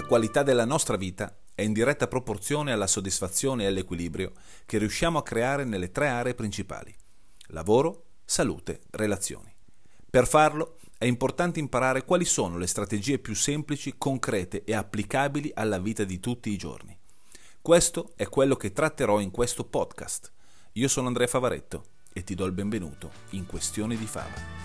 qualità della nostra vita è in diretta proporzione alla soddisfazione e all'equilibrio che riusciamo a creare nelle tre aree principali: lavoro, salute, relazioni. Per farlo è importante imparare quali sono le strategie più semplici, concrete e applicabili alla vita di tutti i giorni. Questo è quello che tratterò in questo podcast. Io sono Andrea Favaretto e ti do il benvenuto in Questioni di Fava.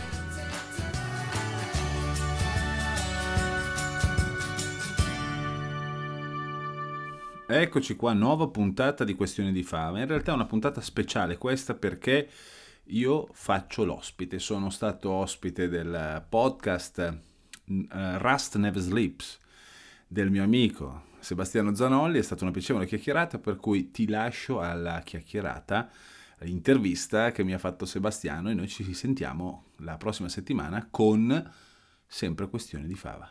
Eccoci qua, nuova puntata di Questioni di Fava. In realtà è una puntata speciale questa perché io faccio l'ospite. Sono stato ospite del podcast Rust Never Sleeps del mio amico Sebastiano Zanolli. È stata una piacevole chiacchierata, per cui ti lascio alla chiacchierata, l'intervista che mi ha fatto Sebastiano, e noi ci sentiamo la prossima settimana con sempre Questioni di Fava.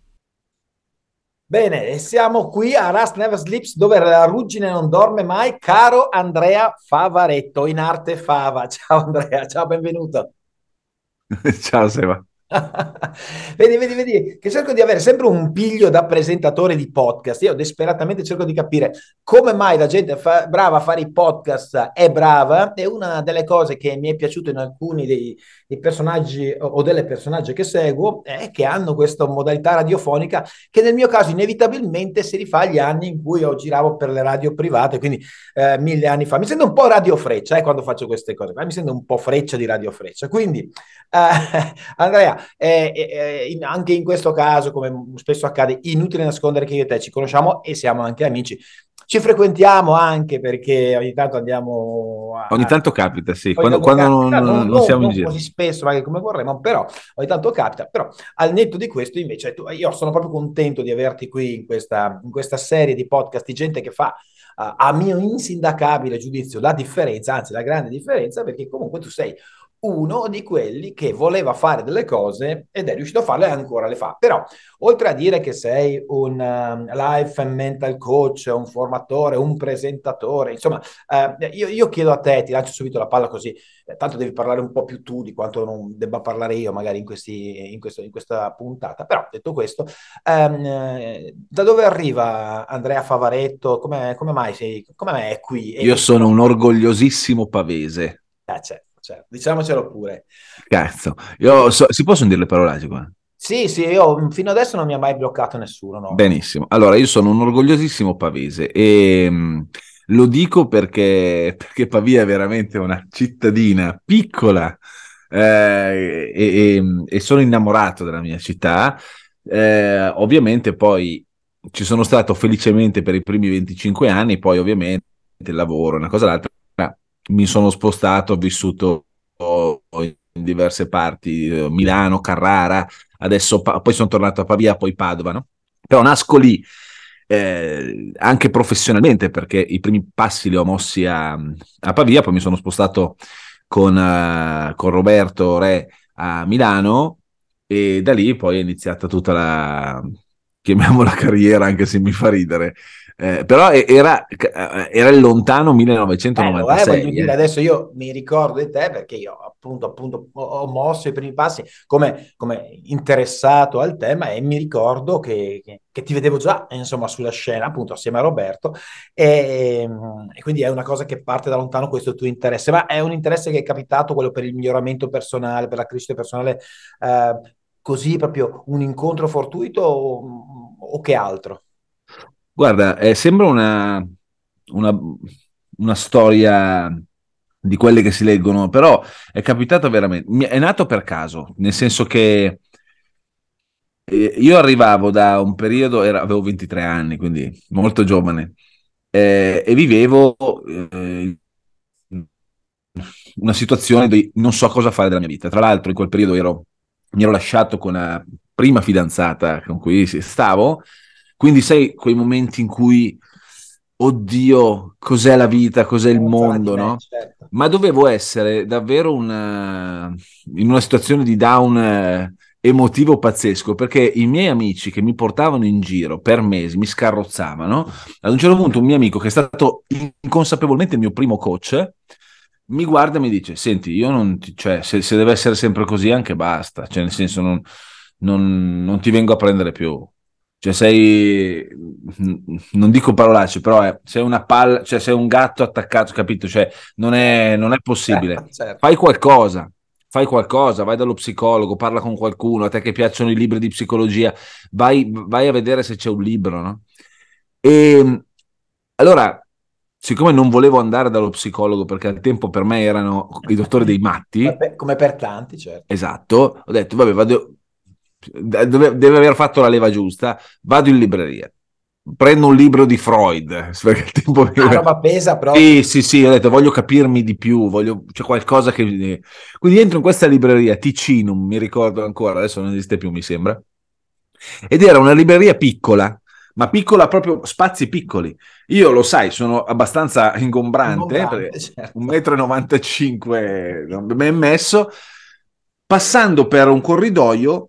Bene, e siamo qui a Rust Never Sleeps, dove la ruggine non dorme mai, caro Andrea Favaretto, in arte Fava. Ciao Andrea, ciao, benvenuto. Ciao Seba. Vedi, che cerco di avere sempre un piglio da presentatore di podcast. Io disperatamente cerco di capire come mai la gente brava a fare i podcast è brava. E una delle cose che mi è piaciuto in alcuni dei personaggi o delle personaggi che seguo è che hanno questa modalità radiofonica che nel mio caso inevitabilmente si rifà agli anni in cui io giravo per le radio private, quindi 1000 anni fa. Mi sento un po' Radio Freccia quando faccio queste cose, ma mi sento un po' Freccia di Radio Freccia. Quindi Andrea, anche in questo caso, come spesso accade, inutile nascondere che io e te ci conosciamo e siamo anche amici. Ci frequentiamo anche perché ogni tanto andiamo Ogni tanto capita, sì, ogni tanto quando capita, non siamo in non giro. così spesso magari come vorremmo, però ogni tanto capita. Però al netto di questo invece io sono proprio contento di averti qui in questa serie di podcast di gente che fa a mio insindacabile giudizio la differenza, anzi la grande differenza, perché comunque tu sei uno di quelli che voleva fare delle cose ed è riuscito a farle e ancora le fa. Però, oltre a dire che sei un life and mental coach, un formatore, un presentatore, insomma, io chiedo a te, ti lancio subito la palla così, tanto devi parlare un po' più tu di quanto non debba parlare io magari in questa puntata. Però, detto questo, da dove arriva Andrea Favaretto? Come mai è qui? Io sono un orgogliosissimo pavese. Certo, diciamocelo pure. Cazzo, Sì, si possono dire le parolacce qua? sì, sì, io fino adesso non mi ha mai bloccato nessuno, no? Benissimo. Allora, io sono un orgogliosissimo pavese e lo dico perché Pavia è veramente una cittadina piccola, e sono innamorato della mia città. Ovviamente poi ci sono stato felicemente per i primi 25 anni, poi ovviamente il lavoro, una cosa o l'altra, mi sono spostato, ho vissuto in diverse parti, Milano, Carrara, adesso poi sono tornato a Pavia, poi Padova, no? Però nasco lì, anche professionalmente, perché i primi passi li ho mossi a Pavia, poi mi sono spostato con Roberto Re a Milano, e da lì poi è iniziata tutta chiamiamola carriera, anche se mi fa ridere. Però era il lontano Bello, voglio 1996. dire, adesso io mi ricordo di te perché io appunto ho mosso i primi passi come interessato al tema e mi ricordo che ti vedevo già, insomma, sulla scena, appunto, assieme a Roberto e quindi è una cosa che parte da lontano questo tuo interesse, ma è un interesse che è capitato, quello per il miglioramento personale, per la crescita personale, così proprio un incontro fortuito o che altro? Guarda, sembra una, una storia di quelle che si leggono, però è capitato veramente, è nato per caso, nel senso che io arrivavo da un periodo, avevo 23 anni, quindi molto giovane, e vivevo una situazione di non so cosa fare della mia vita. Tra l'altro in quel periodo mi ero lasciato con la prima fidanzata con cui stavo, quindi sai quei momenti in cui, oddio, cos'è la vita, cos'è il Non sarà di mondo, me, no? certo. Ma dovevo essere davvero in una situazione di down emotivo pazzesco, perché i miei amici che mi portavano in giro per mesi, mi scarrozzavano. Ad un certo punto un mio amico, che è stato inconsapevolmente il mio primo coach, mi guarda e mi dice: Senti, io non ti, cioè, se deve essere sempre così, anche basta, cioè, nel senso, non ti vengo a prendere più. Cioè sei, non dico parolacce, però sei una palla, cioè sei un gatto attaccato, capito? Cioè non è possibile. Certo. Fai qualcosa, fai qualcosa, vai dallo psicologo, parla con qualcuno, a te che piacciono i libri di psicologia, vai a vedere se c'è un libro, no? E allora, siccome non volevo andare dallo psicologo perché al tempo per me erano i dottori dei matti, Come per tanti, certo. esatto, ho detto, vabbè, deve aver fatto la leva giusta, vado in libreria, prendo un libro di Freud, perché il tempo... Ah, roba pesa proprio. Sì, sì, sì, ho detto, voglio capirmi di più, c'è qualcosa che... Quindi entro in questa libreria, Ticinum, mi ricordo ancora, adesso non esiste più, mi sembra, ed era una libreria piccola, ma piccola proprio, spazi piccoli. Io lo sai, sono abbastanza ingombrante, Ingombrante, perché certo. 1,95 m ben messo, passando per un corridoio,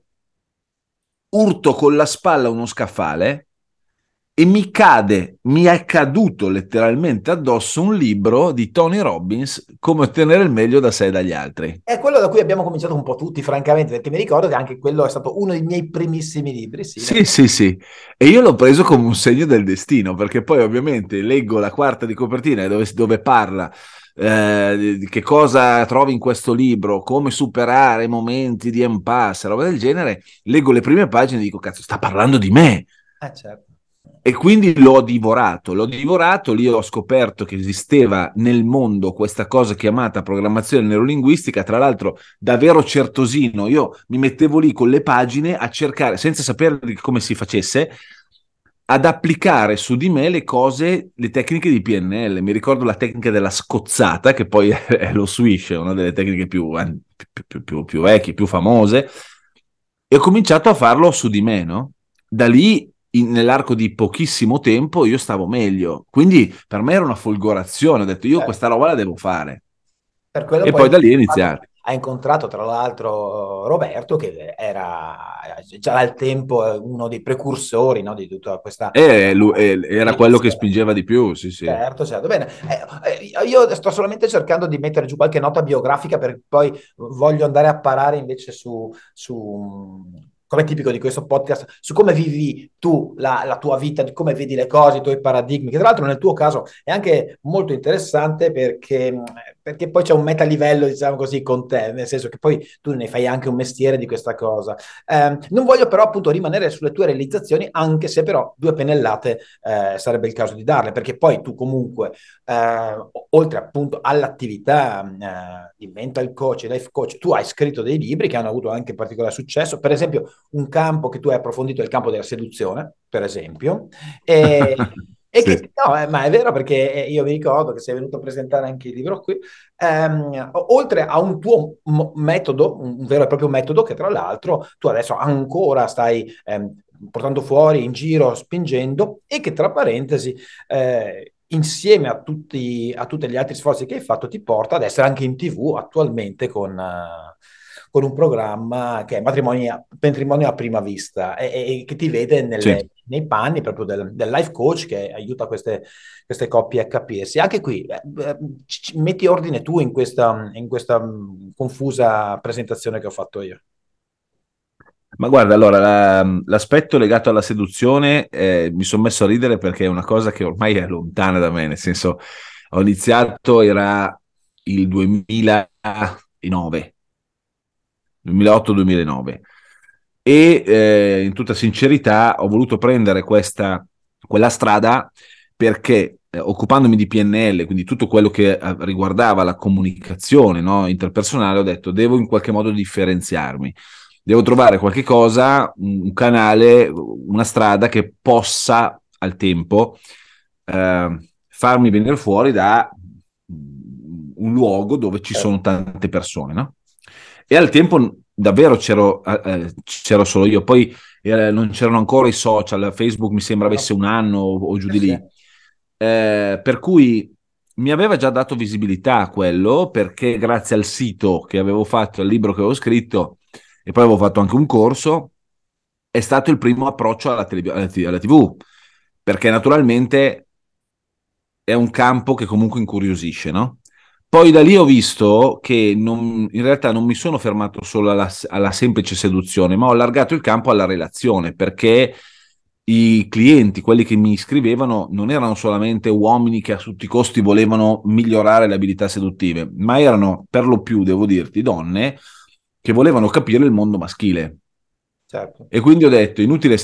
urto con la spalla uno scaffale e mi è caduto letteralmente addosso un libro di Tony Robbins, Come ottenere il meglio da sé e dagli altri. È quello da cui abbiamo cominciato un po' tutti, francamente, perché mi ricordo che anche quello è stato uno dei miei primissimi libri, sì, Sì, sì, sì. E io l'ho preso come un segno del destino, perché poi ovviamente leggo la quarta di copertina dove parla di che cosa trovi in questo libro, come superare momenti di impasse, roba del genere. Leggo le prime pagine e dico, cazzo, sta parlando di me. certo. E quindi l'ho divorato, lì ho scoperto che esisteva nel mondo questa cosa chiamata programmazione neurolinguistica, tra l'altro davvero certosino, io mi mettevo lì con le pagine a cercare, senza sapere come si facesse, ad applicare su di me le cose, le tecniche di PNL. Mi ricordo la tecnica della scozzata, che poi è lo swish, è una delle tecniche più vecchie, più famose, e ho cominciato a farlo su di me, no? Da lì nell'arco di pochissimo tempo io stavo meglio, quindi per me era una folgorazione, ho detto io questa roba la devo fare Per quello e poi poi da lì è iniziato. ha incontrato tra l'altro Roberto, che era già al tempo uno dei precursori, no, di tutta questa Era quello che edizione. spingeva di più, sì, sì. Certo, certo. Bene, io sto solamente cercando di mettere giù qualche nota biografica perché poi voglio andare a parare invece come è tipico di questo podcast, su come vivi tu la tua vita, di come vedi le cose, i tuoi paradigmi, che tra l'altro nel tuo caso è anche molto interessante perché poi c'è un metalivello, diciamo così, con te, nel senso che poi tu ne fai anche un mestiere di questa cosa. Non voglio però appunto rimanere sulle tue realizzazioni, anche se però due pennellate sarebbe il caso di darle, perché poi tu comunque, oltre appunto all'attività di mental coach e life coach, tu hai scritto dei libri che hanno avuto anche particolare successo, per esempio un campo che tu hai approfondito è il campo della seduzione, per esempio, e, e Sì. che, no, ma è vero perché io mi ricordo che sei venuto a presentare anche il libro qui, oltre a un tuo metodo, un vero e proprio metodo che tra l'altro tu adesso ancora stai portando fuori in giro, spingendo e che tra parentesi, insieme a tutti gli altri sforzi che hai fatto, ti porta ad essere anche in TV attualmente con un programma che è Matrimonio a prima vista e che ti vede Sì. nei panni proprio del life coach che aiuta queste coppie a capirsi. Anche qui, metti ordine tu in questa confusa presentazione che ho fatto io. Ma guarda, allora, l'aspetto legato alla seduzione mi sono messo a ridere perché è una cosa che ormai è lontana da me, nel senso, ho iniziato, era il 2009, 2008-2009 e in tutta sincerità ho voluto prendere quella strada perché occupandomi di PNL, quindi tutto quello che riguardava la comunicazione, no, interpersonale, ho detto devo in qualche modo differenziarmi, devo trovare qualche cosa, un canale, una strada che possa al tempo farmi venire fuori da un luogo dove ci sono tante persone, no? E al tempo davvero c'ero solo io, poi non c'erano ancora i social, Facebook mi sembra avesse un anno o giù di Sì. lì. Per cui mi aveva già dato visibilità quello, perché grazie al sito che avevo fatto, al libro che avevo scritto, e poi avevo fatto anche un corso, è stato il primo approccio alla TV, perché naturalmente è un campo che comunque incuriosisce, no? Poi da lì ho visto che in realtà non mi sono fermato solo alla semplice seduzione, ma ho allargato il campo alla relazione, perché i clienti, quelli che mi iscrivevano, non erano solamente uomini che a tutti i costi volevano migliorare le abilità seduttive, ma erano per lo più, devo dirti, donne che volevano capire il mondo maschile. certo. E quindi ho detto, inutile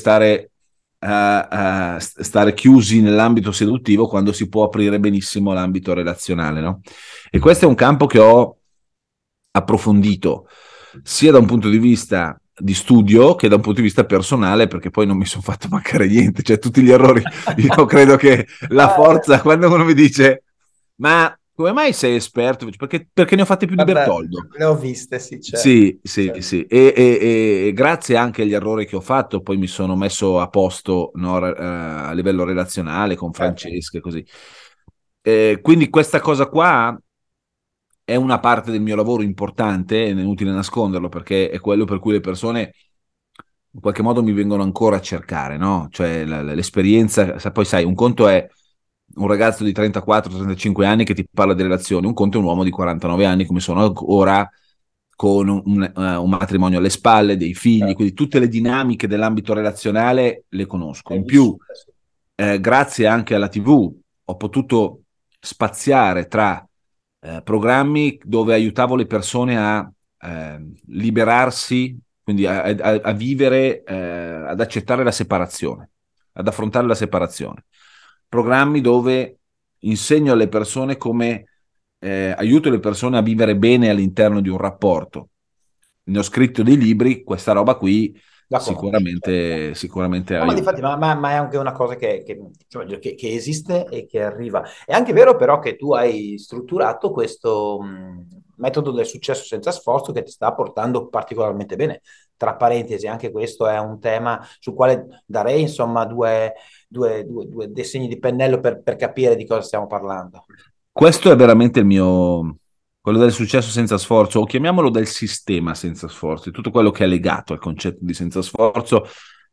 stare chiusi nell'ambito seduttivo quando si può aprire benissimo l'ambito relazionale, no? E questo è un campo che ho approfondito sia da un punto di vista di studio che da un punto di vista personale, perché poi non mi sono fatto mancare niente, cioè tutti gli errori. Io credo che la forza, quando uno mi dice, ma come mai sei esperto? Perché ne ho fatte più di Guarda, Bertoldo. le ho viste, sì, certo. Sì, sì, Certo. sì. E grazie anche agli errori che ho fatto, poi mi sono messo a posto, no, a livello relazionale con Certo. Francesca e così. Quindi questa cosa qua è una parte del mio lavoro importante, è inutile nasconderlo, perché è quello per cui le persone in qualche modo mi vengono ancora a cercare, no? Cioè l'esperienza, poi sai, un conto è un ragazzo di 34-35 anni che ti parla di relazioni, un conto è un uomo di 49 anni come sono ora, con un matrimonio alle spalle, dei figli, Certo. quindi tutte le dinamiche dell'ambito relazionale le conosco. Hai In più, vissuto, sì. grazie anche alla TV, ho potuto spaziare tra programmi dove aiutavo le persone a liberarsi, quindi a vivere, ad accettare la separazione, ad affrontare la separazione. Programmi dove insegno alle persone come aiuto le persone a vivere bene all'interno di un rapporto. Ne ho scritto dei libri, questa roba qui La conosci, certo. sicuramente No, ma difatti, aiuta. ma è anche una cosa insomma, che esiste e che arriva. È anche vero però che tu hai strutturato questo metodo del successo senza sforzo che ti sta portando particolarmente bene. Tra parentesi, anche questo è un tema sul quale darei insomma due segni di pennello per capire di cosa stiamo parlando. Questo è veramente il mio, quello del successo senza sforzo, o chiamiamolo del sistema senza sforzo, tutto quello che è legato al concetto di senza sforzo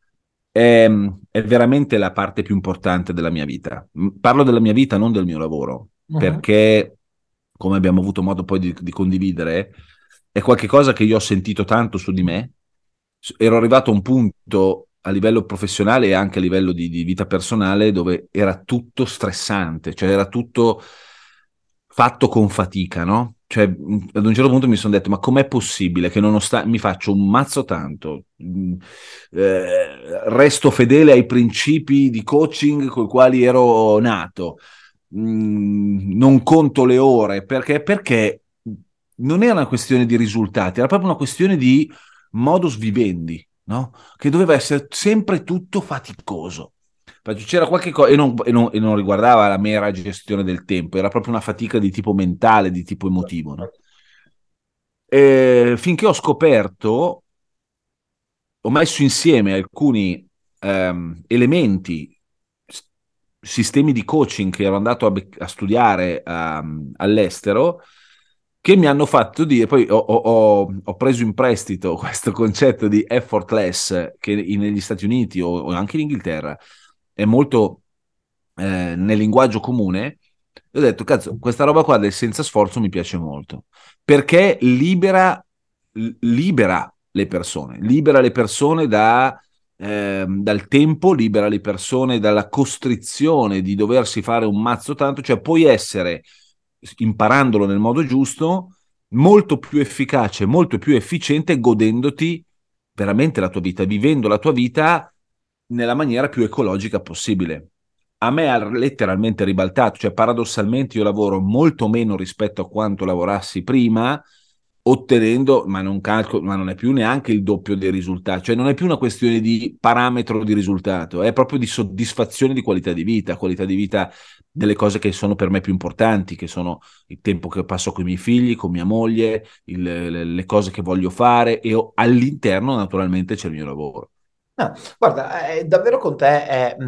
è veramente la parte più importante della mia vita. Parlo della mia vita, non del mio lavoro, Mhm. perché, come abbiamo avuto modo poi di condividere, è qualcosa che io ho sentito tanto su di me. Ero arrivato a un punto a livello professionale e anche a livello di vita personale dove era tutto stressante, cioè era tutto fatto con fatica, no? Cioè, ad un certo punto mi sono detto, ma com'è possibile che nonostante mi faccio un mazzo tanto, resto fedele ai principi di coaching con i quali ero nato, non conto le ore, perché non era una questione di risultati, era proprio una questione di modus vivendi, no? Che doveva essere sempre tutto faticoso. C'era qualche cosa, e non riguardava la mera gestione del tempo, era proprio una fatica di tipo mentale, di tipo emotivo, no? Finché ho scoperto, ho messo insieme alcuni elementi, sistemi di coaching che ero andato a studiare all'estero, che mi hanno fatto dire, poi ho preso in prestito questo concetto di effortless che negli Stati Uniti o anche in Inghilterra è molto nel linguaggio comune. E ho detto, cazzo, questa roba qua del senza sforzo mi piace molto, perché libera libera le persone dal tempo, libera le persone dalla costrizione di doversi fare un mazzo tanto, cioè puoi essere, imparandolo nel modo giusto, molto più efficace, molto più efficiente, godendoti veramente la tua vita, vivendo la tua vita nella maniera più ecologica possibile. A me ha letteralmente ribaltato, cioè paradossalmente io lavoro molto meno rispetto a quanto lavorassi prima, ottenendo, ma non è più neanche il doppio dei risultati, cioè non è più una questione di parametro di risultato, è proprio di soddisfazione di qualità di vita delle cose che sono per me più importanti, che sono il tempo che passo con i miei figli, con mia moglie, le cose che voglio fare e all'interno naturalmente c'è il mio lavoro. Ah, guarda, davvero con te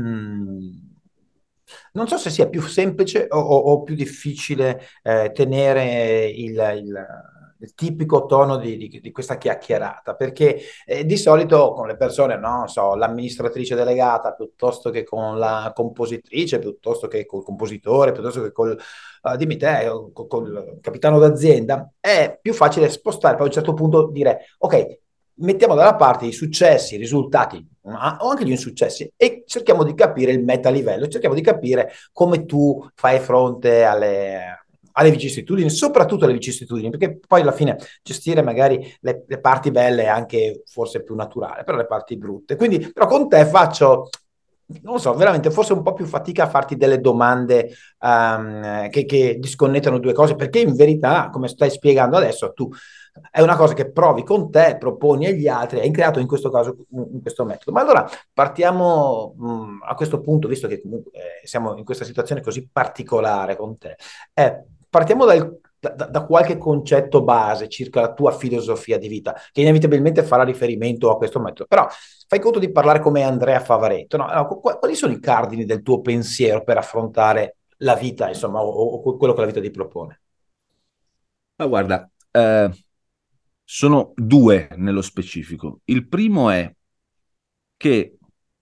non so se sia più semplice o più difficile tenere il tipico tono di questa chiacchierata, perché di solito con le persone, no, so, l'amministratrice delegata piuttosto che con la compositrice, piuttosto che col compositore, piuttosto che dimmi te, col capitano d'azienda, è più facile spostare, poi a un certo punto dire, ok, mettiamo dalla parte i successi, i risultati o anche gli insuccessi e cerchiamo di capire il metalivello, cerchiamo di capire come tu fai fronte alle vicissitudini, soprattutto alle vicissitudini, perché poi alla fine gestire magari le parti belle è anche forse più naturale, però le parti brutte. Quindi, però con te faccio, non lo so, veramente forse un po' più fatica a farti delle domande che disconnettono due cose, perché in verità, come stai spiegando adesso, tu è una cosa che provi con te, proponi agli altri, hai creato in questo caso in questo metodo. Ma allora partiamo a questo punto, visto che comunque siamo in questa situazione così particolare con te, partiamo da qualche concetto base circa la tua filosofia di vita, che inevitabilmente farà riferimento a questo metodo. Però fai conto di parlare come Andrea Favaretto, no? Allora, quali sono i cardini del tuo pensiero per affrontare la vita, insomma, o quello che la vita ti propone? Ma guarda, sono due nello specifico. Il primo è che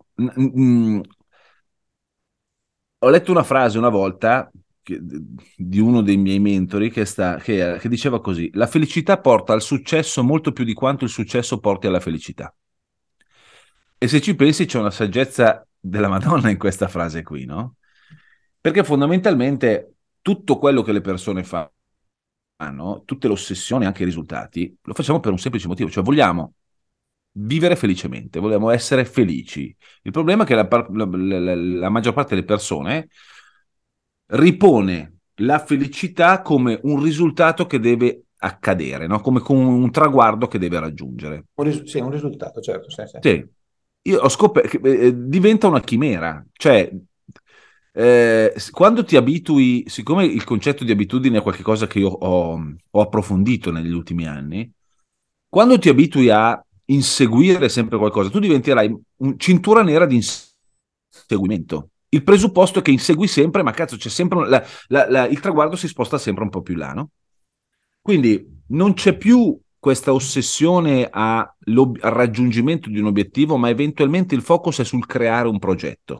ho letto una frase una volta di uno dei miei mentori che diceva così: la felicità porta al successo molto più di quanto il successo porti alla felicità. E se ci pensi c'è una saggezza della Madonna in questa frase qui, no? Perché fondamentalmente tutto quello che le persone fanno, tutte le ossessioni, anche i risultati, lo facciamo per un semplice motivo, cioè vogliamo vivere felicemente, vogliamo essere felici. Il problema è che la maggior parte delle persone ripone la felicità come un risultato che deve accadere, no? Come un traguardo che deve raggiungere. Sì, un risultato, certo, sì, sì. Sì, io ho scoperto che diventa una chimera, cioè quando ti abitui, siccome il concetto di abitudine è qualcosa che io ho approfondito negli ultimi anni, quando ti abitui a inseguire sempre qualcosa, tu diventerai cintura nera di inseguimento. Il presupposto è che insegui sempre, ma cazzo, c'è sempre il traguardo si sposta sempre un po' più là, no? Quindi non c'è più questa ossessione al raggiungimento di un obiettivo, ma eventualmente il focus è sul creare un progetto.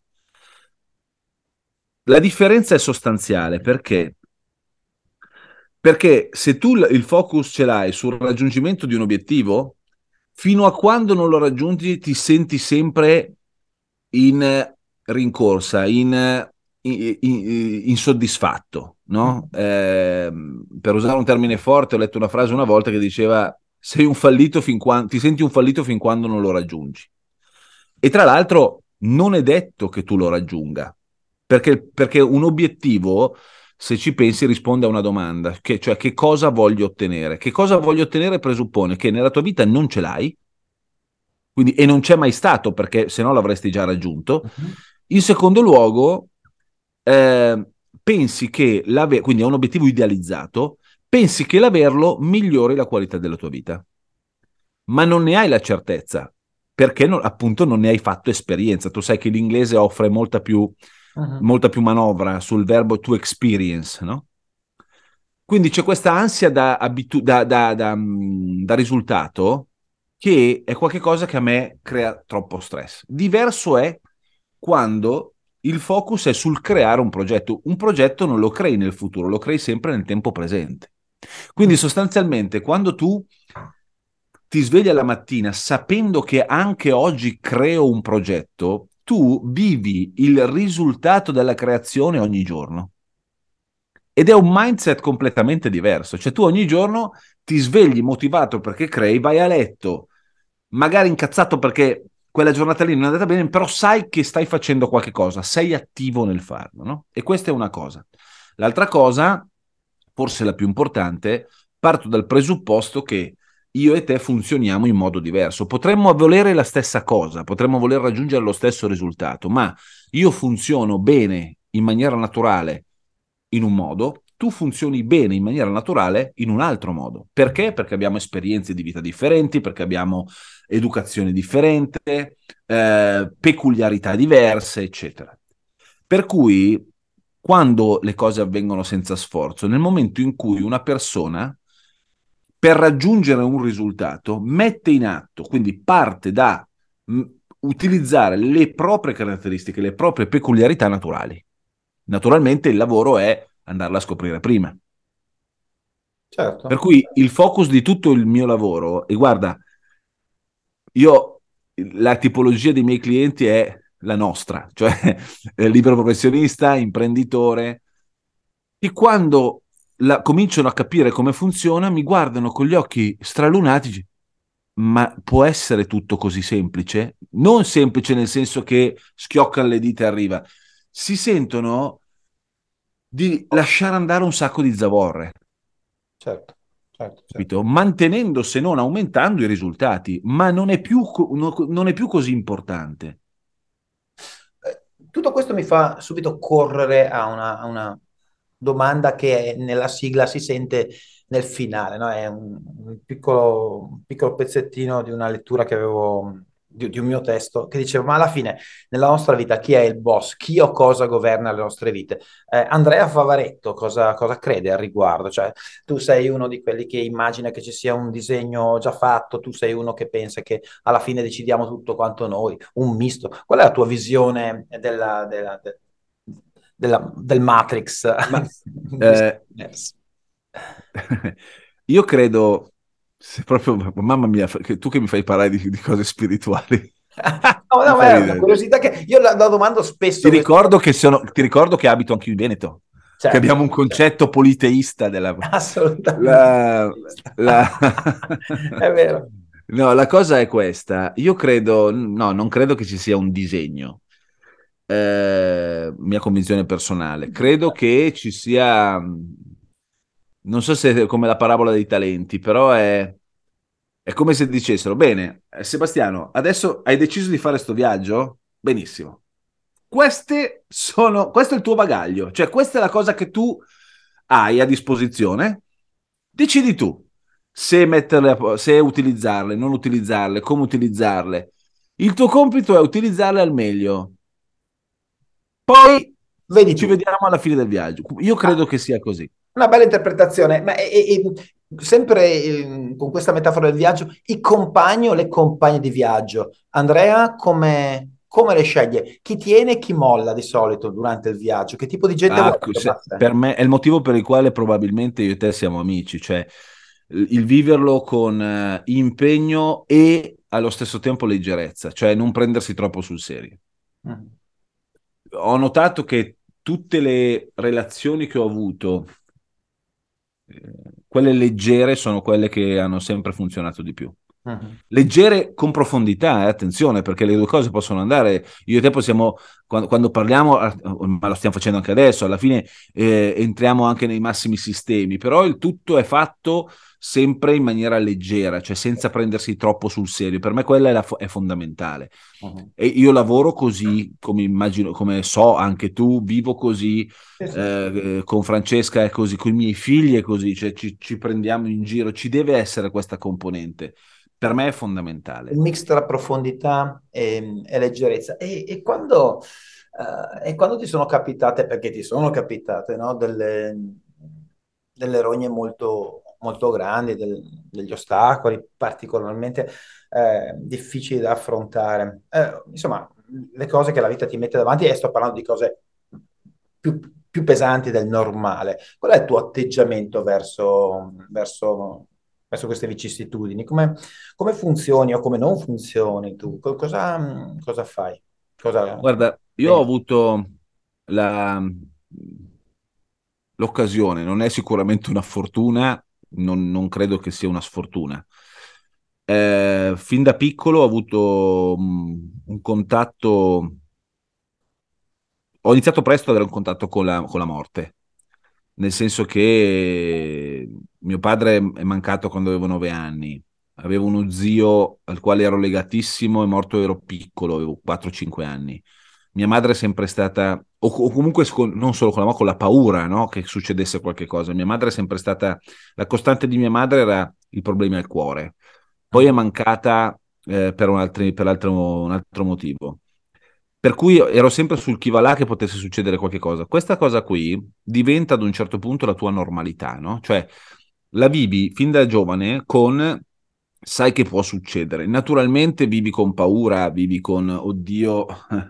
La differenza è sostanziale perché se tu il focus ce l'hai sul raggiungimento di un obiettivo, fino a quando non lo raggiungi ti senti sempre in rincorsa, insoddisfatto, no? Per usare un termine forte, ho letto una frase una volta che diceva: sei un fallito ti senti un fallito fin quando non lo raggiungi. E tra l'altro non è detto che tu lo raggiunga, perché un obiettivo, se ci pensi, risponde a una domanda, cioè che cosa voglio ottenere? Che cosa voglio ottenere presuppone che nella tua vita non ce l'hai, quindi, e non c'è mai stato perché se no l'avresti già raggiunto. Mhm. In secondo luogo, pensi che quindi è un obiettivo idealizzato, pensi che l'averlo migliori la qualità della tua vita, ma non ne hai la certezza perché appunto non ne hai fatto esperienza. Tu sai che l'inglese offre Mhm. molta più manovra sul verbo to experience, no? Quindi c'è questa ansia da risultato che è qualcosa che a me crea troppo stress. Diverso è quando il focus è sul creare un progetto. Un progetto non lo crei nel futuro, lo crei sempre nel tempo presente. Quindi sostanzialmente quando tu ti svegli alla mattina sapendo che anche oggi creo un progetto, tu vivi il risultato della creazione ogni giorno. Ed è un mindset completamente diverso. Cioè tu ogni giorno ti svegli motivato perché crei, vai a letto, magari incazzato perché quella giornata lì non è andata bene, però sai che stai facendo qualche cosa, sei attivo nel farlo, no? E questa è una cosa. L'altra cosa, forse la più importante, parto dal presupposto che io e te funzioniamo in modo diverso. Potremmo volere la stessa cosa, potremmo voler raggiungere lo stesso risultato, ma io funziono bene in maniera naturale in un modo, tu funzioni bene in maniera naturale in un altro modo. Perché? Perché abbiamo esperienze di vita differenti, perché abbiamo educazione differente, peculiarità diverse, eccetera. Per cui, quando le cose avvengono senza sforzo, nel momento in cui una persona, per raggiungere un risultato, mette in atto, quindi parte da utilizzare le proprie caratteristiche, le proprie peculiarità naturali. Naturalmente il lavoro è andarla a scoprire prima. Per Certo. cui il focus di tutto il mio lavoro, e guarda, io, la tipologia dei miei clienti è la nostra, cioè libero professionista, imprenditore, e quando cominciano a capire come funziona, mi guardano con gli occhi stralunati, ma può essere tutto così semplice? Non semplice nel senso che schioccano le dita e arriva. Si sentono di lasciare andare un sacco di zavorre, Certo, certo, certo. capito? Mantenendo se non aumentando i risultati, ma non è più, non è più così importante. Tutto questo mi fa subito correre a una domanda che nella sigla si sente nel finale, no? È un piccolo pezzettino di una lettura che avevo di un mio testo che diceva: ma alla fine, nella nostra vita, chi è il boss? Chi o cosa governa le nostre vite? Andrea Favaretto cosa crede al riguardo? Cioè, tu sei uno di quelli che immagina che ci sia un disegno già fatto, tu sei uno che pensa che alla fine decidiamo tutto quanto noi, un misto. Qual è la tua visione del Matrix Ma in questo eh, universo? io credo, se proprio, mamma mia, tu che mi fai parlare di cose spirituali, No, mi no, fa ma è una ridere. curiosità che io la domando Ti spesso questa cosa. ricordo che ti ricordo che abito anche in Veneto, che Certo, abbiamo un certo. concetto politeista della... Assolutamente. la, la... È vero. No, la cosa è questa. Io credo, no, non credo che ci sia un disegno. Mia convinzione personale. Credo che ci sia, non so se è come la parabola dei talenti, però è come se dicessero, bene, Sebastiano, adesso hai deciso di fare sto viaggio? Benissimo. Questo è il tuo bagaglio, cioè questa è la cosa che tu hai a disposizione. Decidi tu se metterle, se utilizzarle, non utilizzarle, come utilizzarle. Il tuo compito è utilizzarle al meglio. Poi Vedi ci tu. vediamo alla fine del viaggio. Io Ah, credo che sia così. una bella interpretazione, ma sempre con questa metafora del viaggio, i compagni o le compagne di viaggio, Andrea, come le sceglie? Chi tiene e chi molla di solito durante il viaggio? Che tipo di gente vuoi attorno a te? Per me è il motivo per il quale probabilmente io e te siamo amici, cioè il viverlo con impegno e allo stesso tempo leggerezza, cioè non prendersi troppo sul serio. Mm. Ho notato che tutte le relazioni che ho avuto, quelle leggere, sono quelle che hanno sempre funzionato di più. Mhm. Leggere con profondità, attenzione, perché le due cose possono andare. Io e te possiamo, quando parliamo, ma lo stiamo facendo anche adesso, alla fine entriamo anche nei massimi sistemi, però il tutto è fatto sempre in maniera leggera, cioè senza prendersi troppo sul serio. Per me quella è fondamentale. Mhm. E io lavoro così, come immagino, come so anche tu, vivo così, Sì, sì. con Francesca è così, con i miei figli è così, cioè ci prendiamo in giro, ci deve essere questa componente. Per me è Un fondamentale. mix tra profondità e leggerezza. E quando ti sono capitate, perché ti sono capitate, no? Delle rogne molto, molto grandi, degli ostacoli particolarmente difficili da affrontare. Insomma, le cose che la vita ti mette davanti, e sto parlando di cose più, più pesanti del normale. Qual è il tuo atteggiamento verso queste vicissitudini? Come funzioni o come non funzioni tu? Cosa fai? Cosa Guarda, io ho pensi? avuto la- l'occasione, non è sicuramente una fortuna, non credo che sia una sfortuna. Fin da piccolo ho avuto un contatto, ho iniziato presto ad avere un contatto con la morte, nel senso che mio padre è mancato quando avevo 9 anni, avevo uno zio al quale ero legatissimo, è morto, ero piccolo, avevo 4-5 anni. Mia madre è sempre stata, o comunque non solo con la, ma con la paura, no, che succedesse qualche cosa. Mia madre è sempre stata, la costante di mia madre era i problemi al cuore. Poi è Mm. mancata un altro motivo. Per cui ero sempre sul chi va là che potesse succedere qualche cosa. Questa cosa qui diventa ad un certo punto la tua normalità, no? Cioè la vivi fin da giovane con sai che può succedere. Naturalmente vivi con paura, vivi con oddio,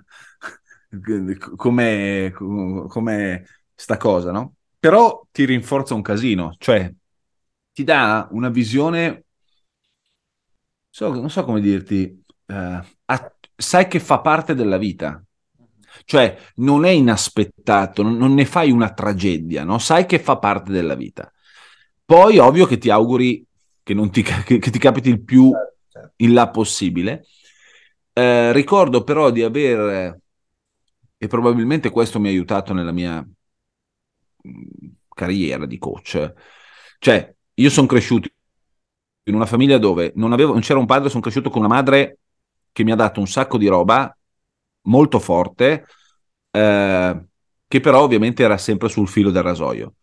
come sta cosa, no? Però ti rinforza un casino, cioè ti dà una visione non so come dirti, sai che fa parte della vita, cioè non è inaspettato, non ne fai una tragedia, no? Sai che fa parte della vita. Poi, ovvio che ti auguri che, non ti, che ti capiti il più Certo, certo. in là possibile. Ricordo però di aver, e probabilmente questo mi ha aiutato nella mia carriera di coach, cioè io sono cresciuto in una famiglia dove non c'era un padre, sono cresciuto con una madre che mi ha dato un sacco di roba molto forte, eh, che però ovviamente era sempre sul filo del rasoio.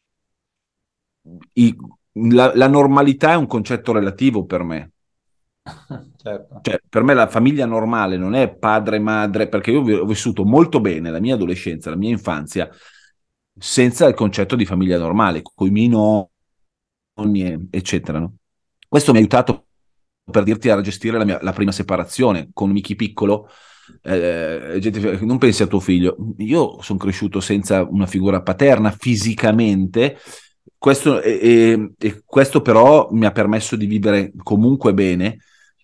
I- la normalità è un concetto relativo per me. Certo. Cioè, per me la famiglia normale non è padre, madre, perché io ho vissuto molto bene la mia adolescenza, la mia infanzia, senza il concetto di famiglia normale, con i miei nonni, eccetera. No? Questo mi ha aiutato per dirti a gestire la prima separazione con Michi piccolo. Non pensi a tuo figlio. Io sono cresciuto senza una figura paterna fisicamente. E questo però mi ha permesso di vivere comunque bene,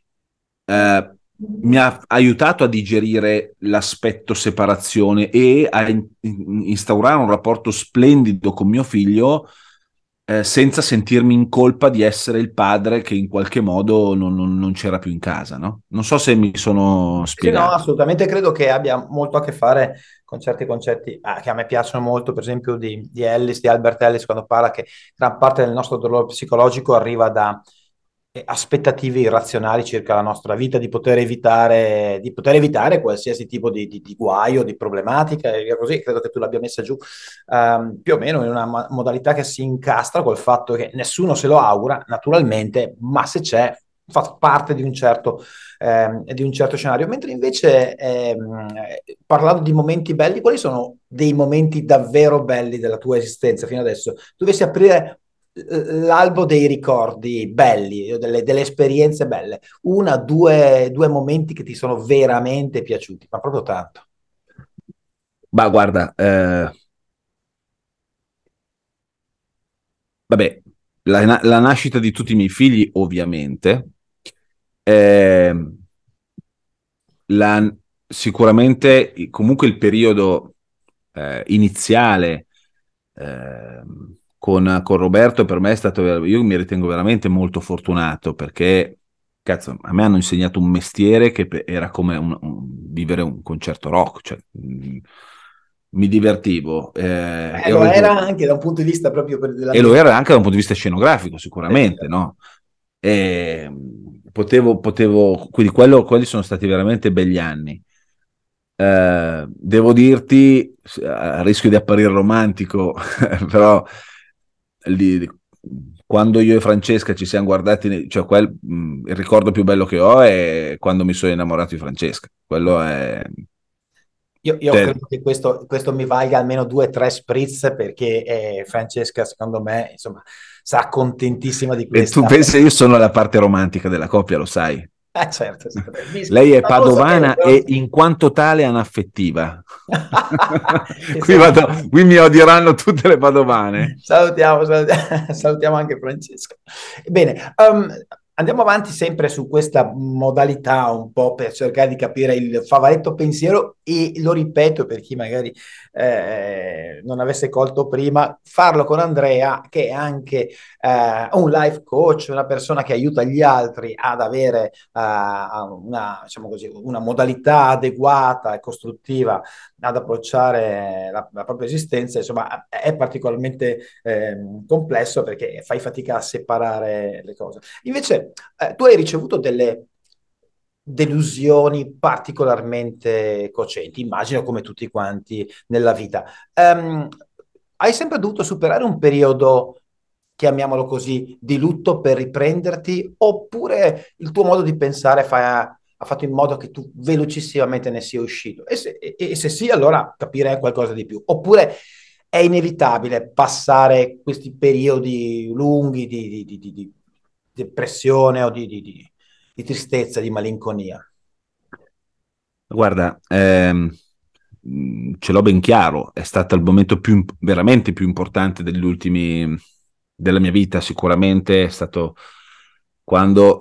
mi ha aiutato a digerire l'aspetto separazione e a instaurare un rapporto splendido con mio figlio, senza sentirmi in colpa di essere il padre che in qualche modo non c'era più in casa, no? Non so se mi sono Sì, no, spiegato. assolutamente credo che abbia molto a che fare con certi concetti che a me piacciono molto, per esempio di Ellis, di Albert Ellis, quando parla che gran parte del nostro dolore psicologico arriva da aspettative irrazionali circa la nostra vita, di poter evitare qualsiasi tipo di guaio, di problematica e via così. Credo che tu l'abbia messa giù più o meno in una modalità che si incastra col fatto che nessuno se lo augura, naturalmente, ma se c'è, fa parte di un certo scenario. Mentre invece, parlando di momenti belli, quali sono dei momenti davvero belli della tua esistenza fino adesso? Dovessi aprire l'albo dei ricordi belli, delle esperienze belle, due momenti che ti sono veramente piaciuti, ma proprio tanto. Ma guarda, vabbè, la nascita di tutti i miei figli, ovviamente. Eh, la- Sicuramente comunque il periodo iniziale con Roberto per me è stato, io mi ritengo veramente molto fortunato perché, cazzo, a me hanno insegnato un mestiere che era come vivere un concerto rock, cioè, mi divertivo e ho Lo reso, era anche da un punto di vista proprio e lo dell'ambiente. era anche da un punto di vista scenografico, sicuramente, no? E quindi quelli sono stati veramente begli anni. Devo dirti, a rischio di apparire romantico, però lì, quando io e Francesca ci siamo guardati, cioè il ricordo più bello che ho è quando mi sono innamorato di Francesca. Quello è... Io cioè, credo che questo mi valga almeno due o tre spritz perché Francesca, secondo me, insomma, sarà contentissima di e tu questa. pensi, io sono la parte romantica della coppia, lo sai. Certo, sì, Lei è ma non lo sapevo, padovana però e sì. in quanto tale anaffettiva. Che Qui, salutiamo. qui mi odieranno tutte le padovane. Salutiamo anche Francesco. Bene, andiamo avanti sempre su questa modalità un po' per cercare di capire il favoretto pensiero e lo ripeto per chi magari non avesse colto prima, farlo con Andrea che è anche un life coach, una persona che aiuta gli altri ad avere una, diciamo così, una modalità adeguata e costruttiva ad approcciare la propria esistenza, insomma, è particolarmente complesso perché fai fatica a separare le cose. Invece, tu hai ricevuto delle delusioni particolarmente cocenti, immagino come tutti quanti nella vita. Hai sempre dovuto superare un periodo, chiamiamolo così, di lutto per riprenderti, oppure il tuo modo di pensare ha fatto in modo che tu velocissimamente ne sia uscito? E se sì, allora capire qualcosa di più. Oppure è inevitabile passare questi periodi lunghi di depressione o di tristezza, di malinconia. Guarda, ce l'ho ben chiaro, è stato il momento veramente più importante della mia vita, sicuramente è stato quando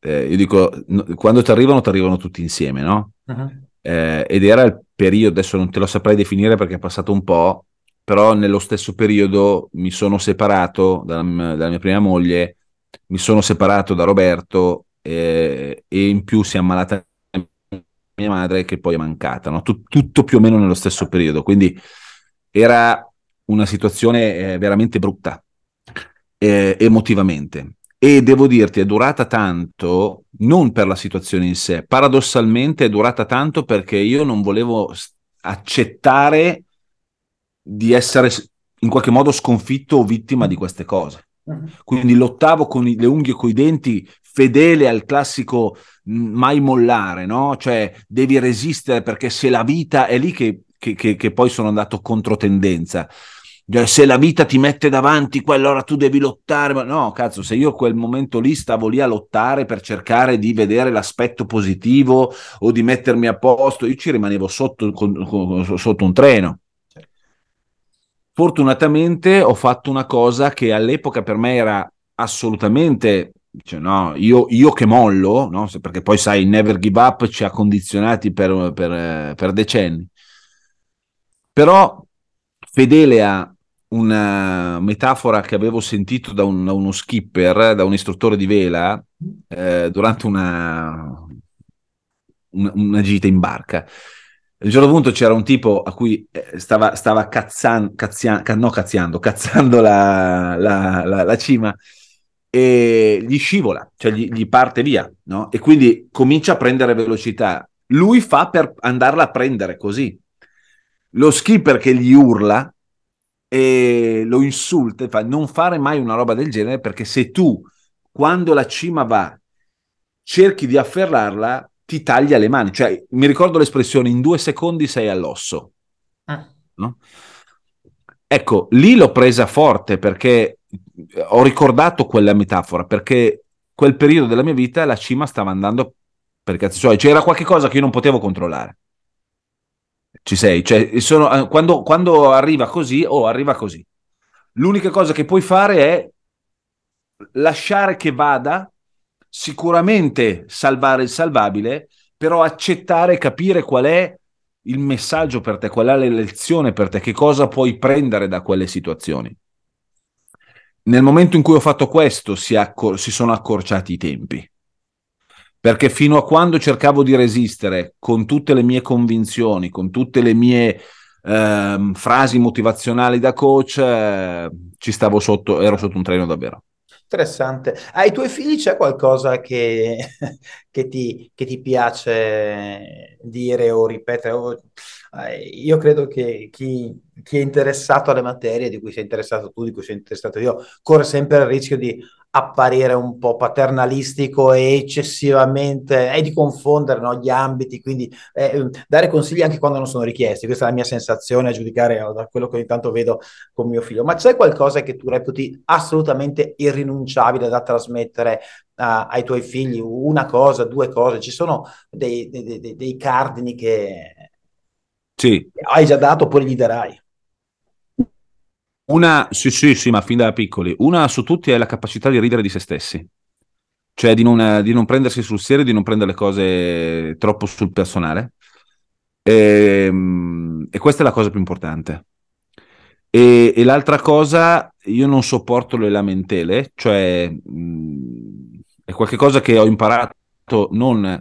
io dico, quando ti arrivano tutti insieme, no? Mhm. Ed era il periodo, adesso non te lo saprei definire perché è passato un po', però nello stesso periodo mi sono separato dalla mia prima moglie, mi sono separato da Roberto, e in più si è ammalata mia madre che poi è mancata, no? Tutto più o meno nello stesso periodo, quindi era una situazione veramente brutta, emotivamente. E devo dirti, è durata tanto, non per la situazione in sé, paradossalmente è durata tanto perché io non volevo accettare di essere in qualche modo sconfitto o vittima di queste cose. Mhm. Quindi lottavo con le unghie e coi denti, fedele al classico mai mollare, no? Cioè devi resistere perché se la vita è lì che poi sono andato controtendenza. Cioè, se la vita ti mette davanti, allora tu devi lottare. Ma no, cazzo, se io quel momento lì stavo lì a lottare per cercare di vedere l'aspetto positivo o di mettermi a posto, io ci rimanevo sotto un treno. Fortunatamente ho fatto una cosa che all'epoca per me era assolutamente, cioè, no, io che mollo, no? Perché poi sai, il never give up ci ha condizionati per decenni. Però, fedele a una metafora che avevo sentito da uno skipper, da un istruttore di vela, durante una gita in barca. A un certo punto c'era un tipo a cui stava cazzando la cima, e gli scivola, cioè gli parte via, no? E quindi comincia a prendere velocità. Lui fa per andarla a prendere così. Lo skipper che gli urla e lo insulta e fa: non fare mai una roba del genere, perché se tu, quando la cima va, cerchi di afferrarla, ti taglia le mani. Cioè, mi ricordo l'espressione: in 2 secondi sei all'osso, Ah. no? Ecco, lì l'ho presa forte perché ho ricordato quella metafora, perché quel periodo della mia vita la cima stava andando per cazzo suoi, c'era qualche cosa che io non potevo controllare. Ci sei? Cioè, quando arriva così, arriva così. L'unica cosa che puoi fare è lasciare che vada, sicuramente salvare il salvabile, però accettare e capire qual è il messaggio per te, qual è la lezione per te, che cosa puoi prendere da quelle situazioni. Nel momento in cui ho fatto questo si sono accorciati i tempi, perché fino a quando cercavo di resistere con tutte le mie convinzioni, con tutte le mie frasi motivazionali da coach, ci stavo sotto, ero sotto un treno davvero. Interessante. Ai tuoi figli c'è qualcosa che ti piace dire o ripetere? Io credo che chi è interessato alle materie di cui sei interessato tu, di cui sei interessato io, corre sempre il rischio di apparire un po' paternalistico e eccessivamente, e di confondere, no, gli ambiti, quindi dare consigli anche quando non sono richiesti. Questa è la mia sensazione a giudicare da quello che ogni tanto vedo con mio figlio. Ma c'è qualcosa che tu reputi assolutamente irrinunciabile da trasmettere ai tuoi figli? Una cosa, due cose? Ci sono dei cardini che Sì, hai già dato oppure gli darai? sì, sì, sì, ma fin da piccoli. Una su tutti è la capacità di ridere di se stessi, cioè di non prendersi sul serio, di non prendere le cose troppo sul personale. E questa è la cosa più importante. E l'altra cosa, io non sopporto le lamentele, cioè è qualcosa che ho imparato non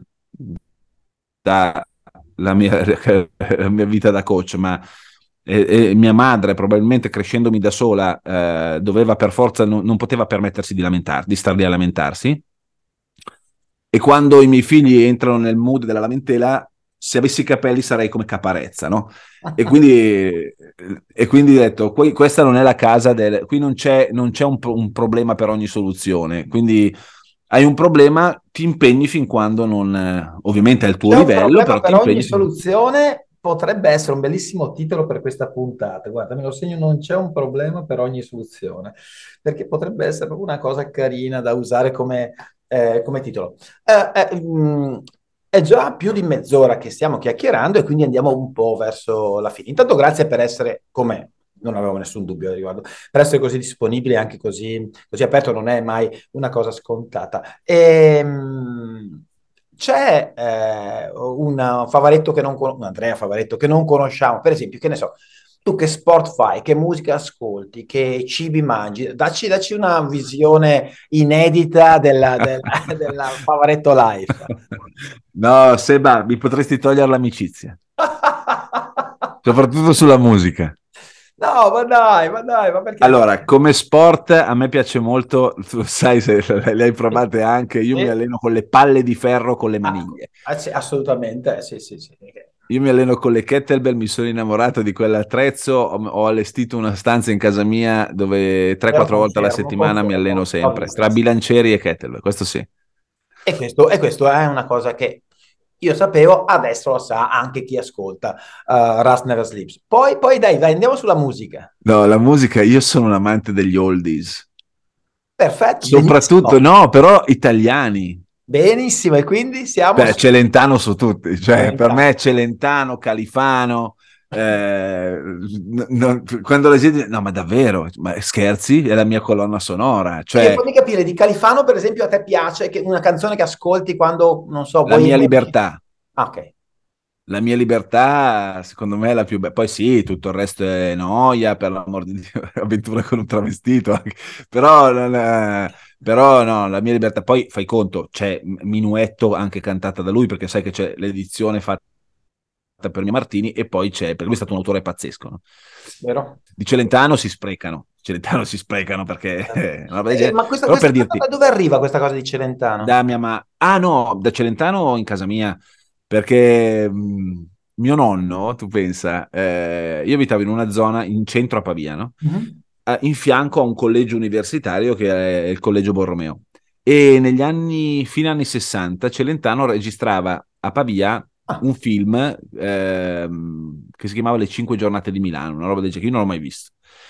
dalla mia, la mia vita da coach, ma mia madre, probabilmente crescendomi da sola, doveva per forza, non poteva permettersi di star lì a lamentarsi. E quando i miei figli entrano nel mood della lamentela, se avessi i capelli sarei come Caparezza, no? E quindi, ho detto, questa non è la casa qui non c'è un problema per ogni soluzione. Quindi hai un problema, ti impegni fin quando non, ovviamente è il tuo C'è un livello, problema però ti per ogni impegni fin. soluzione, potrebbe essere un bellissimo titolo per questa puntata. Guarda, me lo segno, non c'è un problema per ogni soluzione, perché potrebbe essere proprio una cosa carina da usare come titolo. È già più di mezz'ora che stiamo chiacchierando e quindi andiamo un po' verso la fine. Intanto grazie per essere con me. non avevo nessun dubbio al riguardo. Per essere così disponibile, anche così aperto, non è mai una cosa scontata. C'è un Favaretto che non un Andrea Favaretto che non conosciamo, per esempio, che ne so, tu che sport fai, che musica ascolti, che cibi mangi, dacci una visione inedita della Favaretto Life. No, Seba, mi potresti togliere l'amicizia, soprattutto sulla musica. No, ma dai, ma perché? Allora, come sport a me piace molto, tu sai se le hai provate anche, io mi Sì. alleno con le palle di ferro con le Ah, maniglie. sì, assolutamente, sì, sì, sì. Io mi alleno con le kettlebell, mi sono innamorato di quell'attrezzo, ho allestito una stanza in casa mia dove Vero, 3-4 volte alla settimana mi alleno l'ho sempre, vista, tra sì. bilancieri e kettlebell, questo sì. E questo è una cosa che io sapevo, adesso lo sa anche chi ascolta Rust Never Sleeps. Poi dai, andiamo sulla musica. No, la musica, io sono un amante degli oldies, Perfetto, soprattutto, benissimo, no, però italiani. benissimo. E quindi siamo Beh, su Celentano su tutti, cioè per me è Celentano. Celentano, Califano, quando la gente, no ma davvero, ma scherzi? È la mia colonna sonora, E cioè fammi capire, di Califano, per esempio, a te piace una canzone che ascolti quando, non so, la vuoi mia emergere? libertà. Ah, ok. La mia libertà, secondo me, è la più bella. Poi sì, tutto il resto è noia, per l'amor di Dio, avventura con un travestito. Anche. Però, però no, la mia libertà. Poi fai conto, c'è Minuetto anche cantata da lui, perché sai che c'è l'edizione fatta per Mia Martini e poi c'è, perché lui è stato un autore pazzesco, no? Vero? Di Celentano si sprecano. Celentano si sprecano perché una roba del genere. Ma questa, Però per questa cosa dirti, da dove arriva questa cosa di Celentano? da mia ah no, da Celentano in casa mia, perché mio nonno, tu pensa, io abitavo in una zona in centro a Pavia, no? Mhm. In fianco a un collegio universitario che è il Collegio Borromeo. E negli anni, fine anni 60, Celentano registrava a Pavia Ah, un film che si chiamava Le Cinque Giornate di Milano, una roba del genere, che io non l'ho mai visto.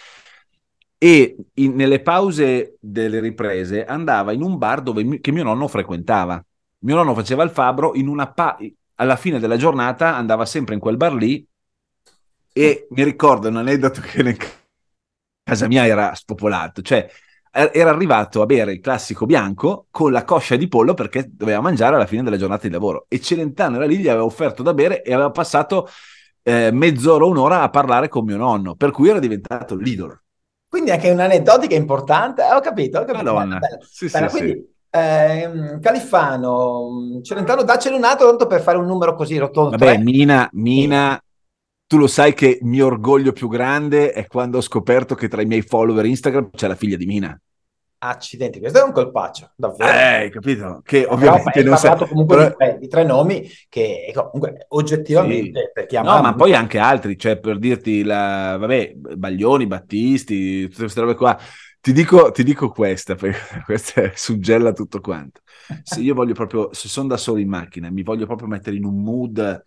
E nelle pause delle riprese andava in un bar che mio nonno frequentava. Mio nonno faceva il fabbro, alla fine della giornata andava sempre in quel bar lì sì. e mi ricordo un aneddoto che casa mia era spopolato, cioè era arrivato a bere il classico bianco con la coscia di pollo perché doveva mangiare alla fine della giornata di lavoro e Celentano era lì, gli aveva offerto da bere e aveva passato mezz'ora, un'ora a parlare con mio nonno, per cui era diventato l'idolo. Quindi anche un'aneddotica importante. Ho capito, ho capito. Bella, Madonna, bella. sì, sì, Bella. sì. Quindi Califano, Celentano, daccene un altro tanto per fare un numero così rotondo. Vabbè, 3. Mina, Sì. Mina, tu lo sai che il mio orgoglio più grande è quando ho scoperto che tra i miei follower Instagram c'è la figlia di Mina. Accidenti, questo è un colpaccio, davvero. Capito? Che Però ovviamente hai non sa, parlato comunque però di tre nomi che comunque sì. oggettivamente per chi ama No, la ma poi musica. anche altri, cioè per dirti vabbè, Baglioni, Battisti, tutte queste robe qua. Ti dico questa, perché questa suggella tutto quanto. Se io voglio proprio, se sono da solo in macchina, mi voglio proprio mettere in un mood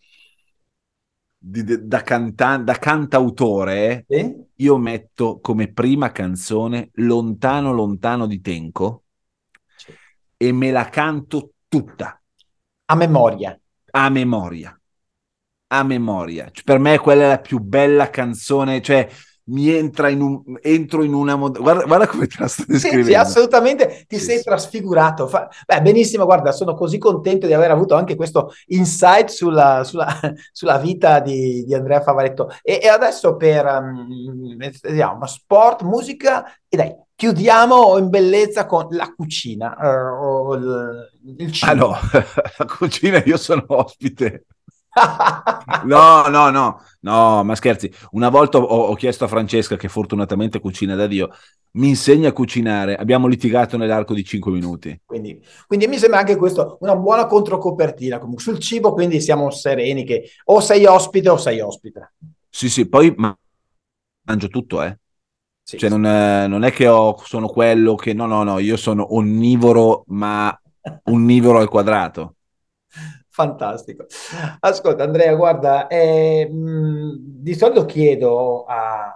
da cantautore, Sì? io metto come prima canzone Lontano, lontano di Tenco Sì. e me la canto tutta A memoria. a memoria. A memoria. Cioè, per me quella è la più bella canzone, cioè entro in una guarda come te la sto Sì, sì, descrivendo. assolutamente ti Sì, sei sì. trasfigurato. Beh, benissimo, guarda, sono così contento di aver avuto anche questo insight sulla vita di Andrea Favaretto. E adesso vediamo, sport, musica, e dai, chiudiamo in bellezza con la cucina, o il Ah cibo. no, la cucina io sono ospite. No, no, no, no, ma scherzi. Una volta ho chiesto a Francesca, che fortunatamente cucina da Dio, mi insegna a cucinare. Abbiamo litigato nell'arco di 5 minuti. Quindi mi sembra anche questo una buona controcopertina. Comunque sul cibo, quindi siamo sereni che o sei ospite o sei ospite. Sì, sì, poi mangio tutto, eh. Sì, Cioè sì. non è che sono quello che... No, no, no, io sono onnivoro, ma onnivoro al quadrato. Fantastico. Ascolta, Andrea, guarda, di solito chiedo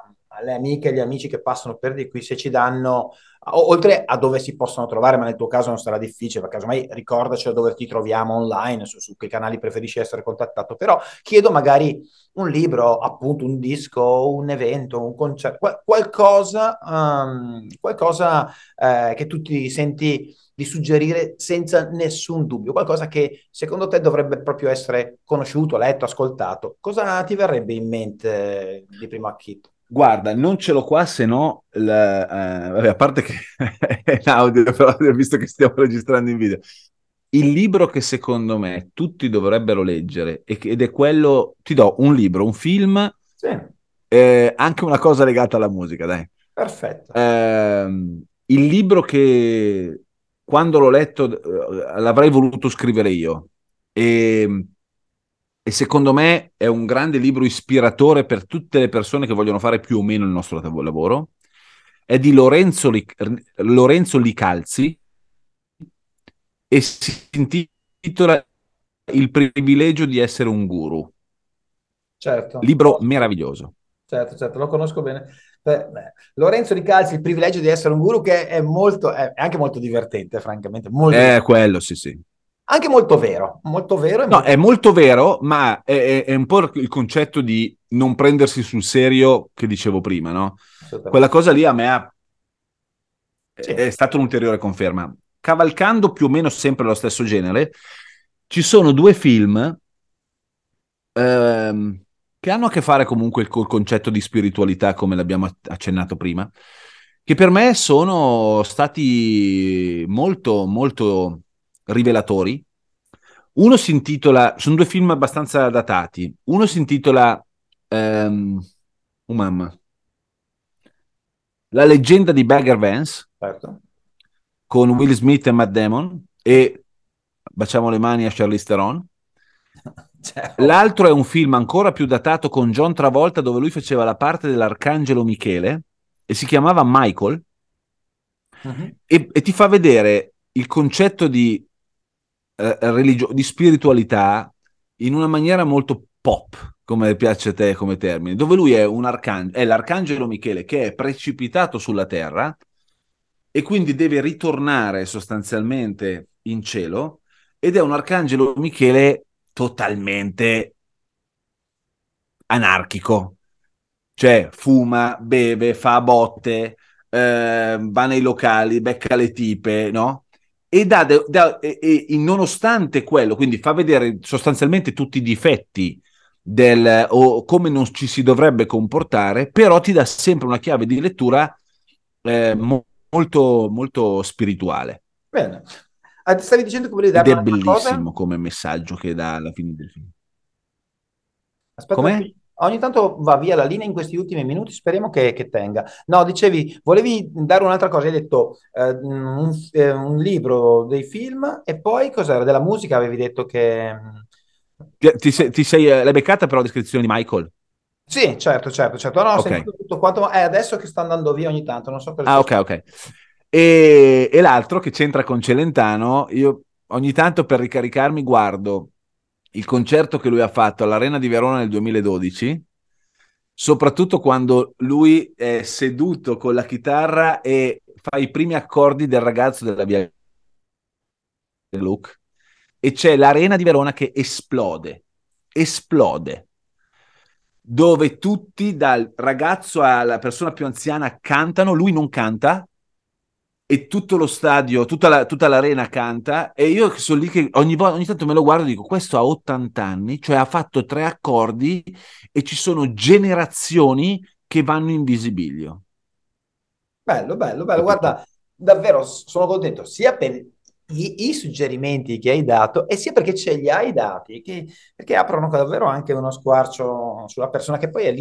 alle amiche e agli amici che passano per di qui se ci danno, oltre a dove si possono trovare, ma nel tuo caso non sarà difficile, perché casomai ricordaci dove ti troviamo online, su che canali preferisci essere contattato, però chiedo magari un libro, appunto un disco, un evento, un concerto, qualcosa, qualcosa che tu ti senti di suggerire senza nessun dubbio, qualcosa che secondo te dovrebbe proprio essere conosciuto, letto, ascoltato. Cosa ti verrebbe in mente di primo acchito? Guarda, non ce l'ho qua, se no, vabbè, a parte che è in audio, però visto che stiamo registrando in video, il libro che secondo me tutti dovrebbero leggere, ed è quello, ti do un libro, un film, Sì, anche una cosa legata alla musica, dai. perfetto. Il libro che quando l'ho letto l'avrei voluto scrivere io. E, e secondo me è un grande libro ispiratore per tutte le persone che vogliono fare più o meno il nostro lavoro. È di Lorenzo Licalzi e si intitola Il privilegio di essere un guru. Certo, Libro meraviglioso. certo, certo, lo conosco bene. Lorenzo Ricalzi, il privilegio di essere un guru che è molto, è anche molto divertente, francamente, molto È divertente. quello, sì, sì. Anche molto vero e No, molto... è molto vero, ma è un po' il concetto di non prendersi sul serio che dicevo prima, no? Quella Assolutamente. cosa lì a me Sì, è stata un'ulteriore conferma. Cavalcando più o meno sempre lo stesso genere, ci sono due film che hanno a che fare comunque col concetto di spiritualità, come l'abbiamo accennato prima, che per me sono stati molto, molto rivelatori. Uno si intitola, sono due film abbastanza datati. Uno si intitola oh mamma, La leggenda di Bagger Vance certo. con Will Smith e Matt Damon e baciamo le mani a Charlize Theron. Cioè, oh. L'altro è un film ancora più datato con John Travolta dove lui faceva la parte dell'arcangelo Michele e si chiamava Michael Mhm. e ti fa vedere il concetto di spiritualità in una maniera molto pop, come piace a te come termine, dove lui è è l'arcangelo Michele che è precipitato sulla terra e quindi deve ritornare sostanzialmente in cielo ed è un arcangelo Michele totalmente anarchico, cioè fuma, beve, fa botte, va nei locali, becca le tipe, no? Nonostante quello, quindi fa vedere sostanzialmente tutti i difetti o come non ci si dovrebbe comportare, però ti dà sempre una chiave di lettura molto, molto spirituale. Bene. Ti stavi dicendo che volevi Ed dare è un'altra cosa? bellissimo come messaggio che dà alla fine del film. Aspetta, Com'è? ogni tanto va via la linea in questi ultimi minuti, speriamo che tenga. No, dicevi, volevi dare un'altra cosa, hai detto un libro, dei film e poi cos'era? Della musica avevi detto che... L'hai beccata però la descrizione di Michael? Sì, certo, certo, certo. No, ho Ok. sentito tutto quanto, ma è adesso che sta andando via ogni tanto, non so cosa Ah, sia ok, successo. ok. E l'altro che c'entra con Celentano, io ogni tanto per ricaricarmi guardo il concerto che lui ha fatto all'Arena di Verona nel 2012, soprattutto quando lui è seduto con la chitarra e fa i primi accordi del ragazzo della Via Look e c'è l'Arena di Verona che esplode, dove tutti, dal ragazzo alla persona più anziana, cantano, lui non canta, e tutto lo stadio, tutta l'arena canta e io sono lì che ogni tanto me lo guardo e dico questo ha 80 anni, cioè ha fatto tre accordi e ci sono generazioni che vanno in visibilio, Bello, bello, bello. capito? Guarda, davvero sono contento sia per i suggerimenti che hai dato e sia perché ce li hai dati, perché aprono davvero anche uno squarcio sulla persona che poi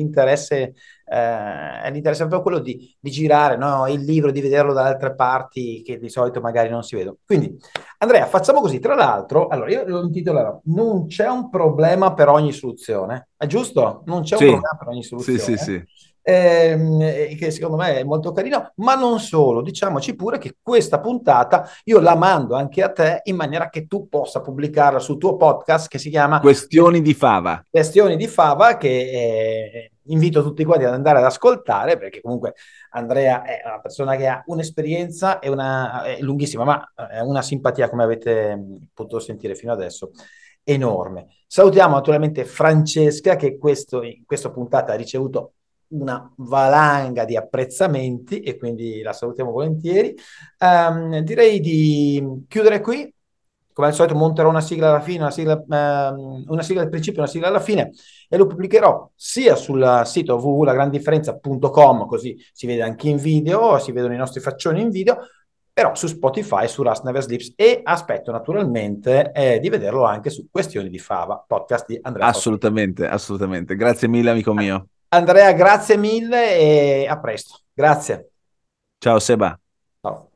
è l'interesse proprio quello di girare, no? Il libro, di vederlo da altre parti che di solito magari non si vedono. Quindi, Andrea, facciamo così. Tra l'altro, allora io lo intitolerò Non c'è un problema per ogni soluzione. È giusto? Non c'è un Sì, problema per ogni sì, sì, soluzione sì. che secondo me è molto carino, ma non solo, diciamoci pure che questa puntata io la mando anche a te in maniera che tu possa pubblicarla sul tuo podcast che si chiama Questioni di fava. Questioni di Fava, che invito tutti quanti ad andare ad ascoltare, perché comunque Andrea è una persona che ha un'esperienza e è lunghissima, ma è una simpatia, come avete potuto sentire fino adesso, enorme. Salutiamo naturalmente Francesca, che in questa puntata ha ricevuto una valanga di apprezzamenti e quindi la salutiamo volentieri. Direi di chiudere qui. Come al solito monterò una sigla alla fine, una sigla al principio e una sigla alla fine, e lo pubblicherò sia sul sito www.lagrandifferenza.com, così si vede anche in video, si vedono i nostri faccioni in video, però su Spotify, su Rust Never Sleeps, e aspetto naturalmente di vederlo anche su Questioni di Fava, podcast di Andrea Favaro. Assolutamente, assolutamente. Grazie mille, amico mio. Andrea, grazie mille e a presto. Grazie. Ciao Seba. Ciao.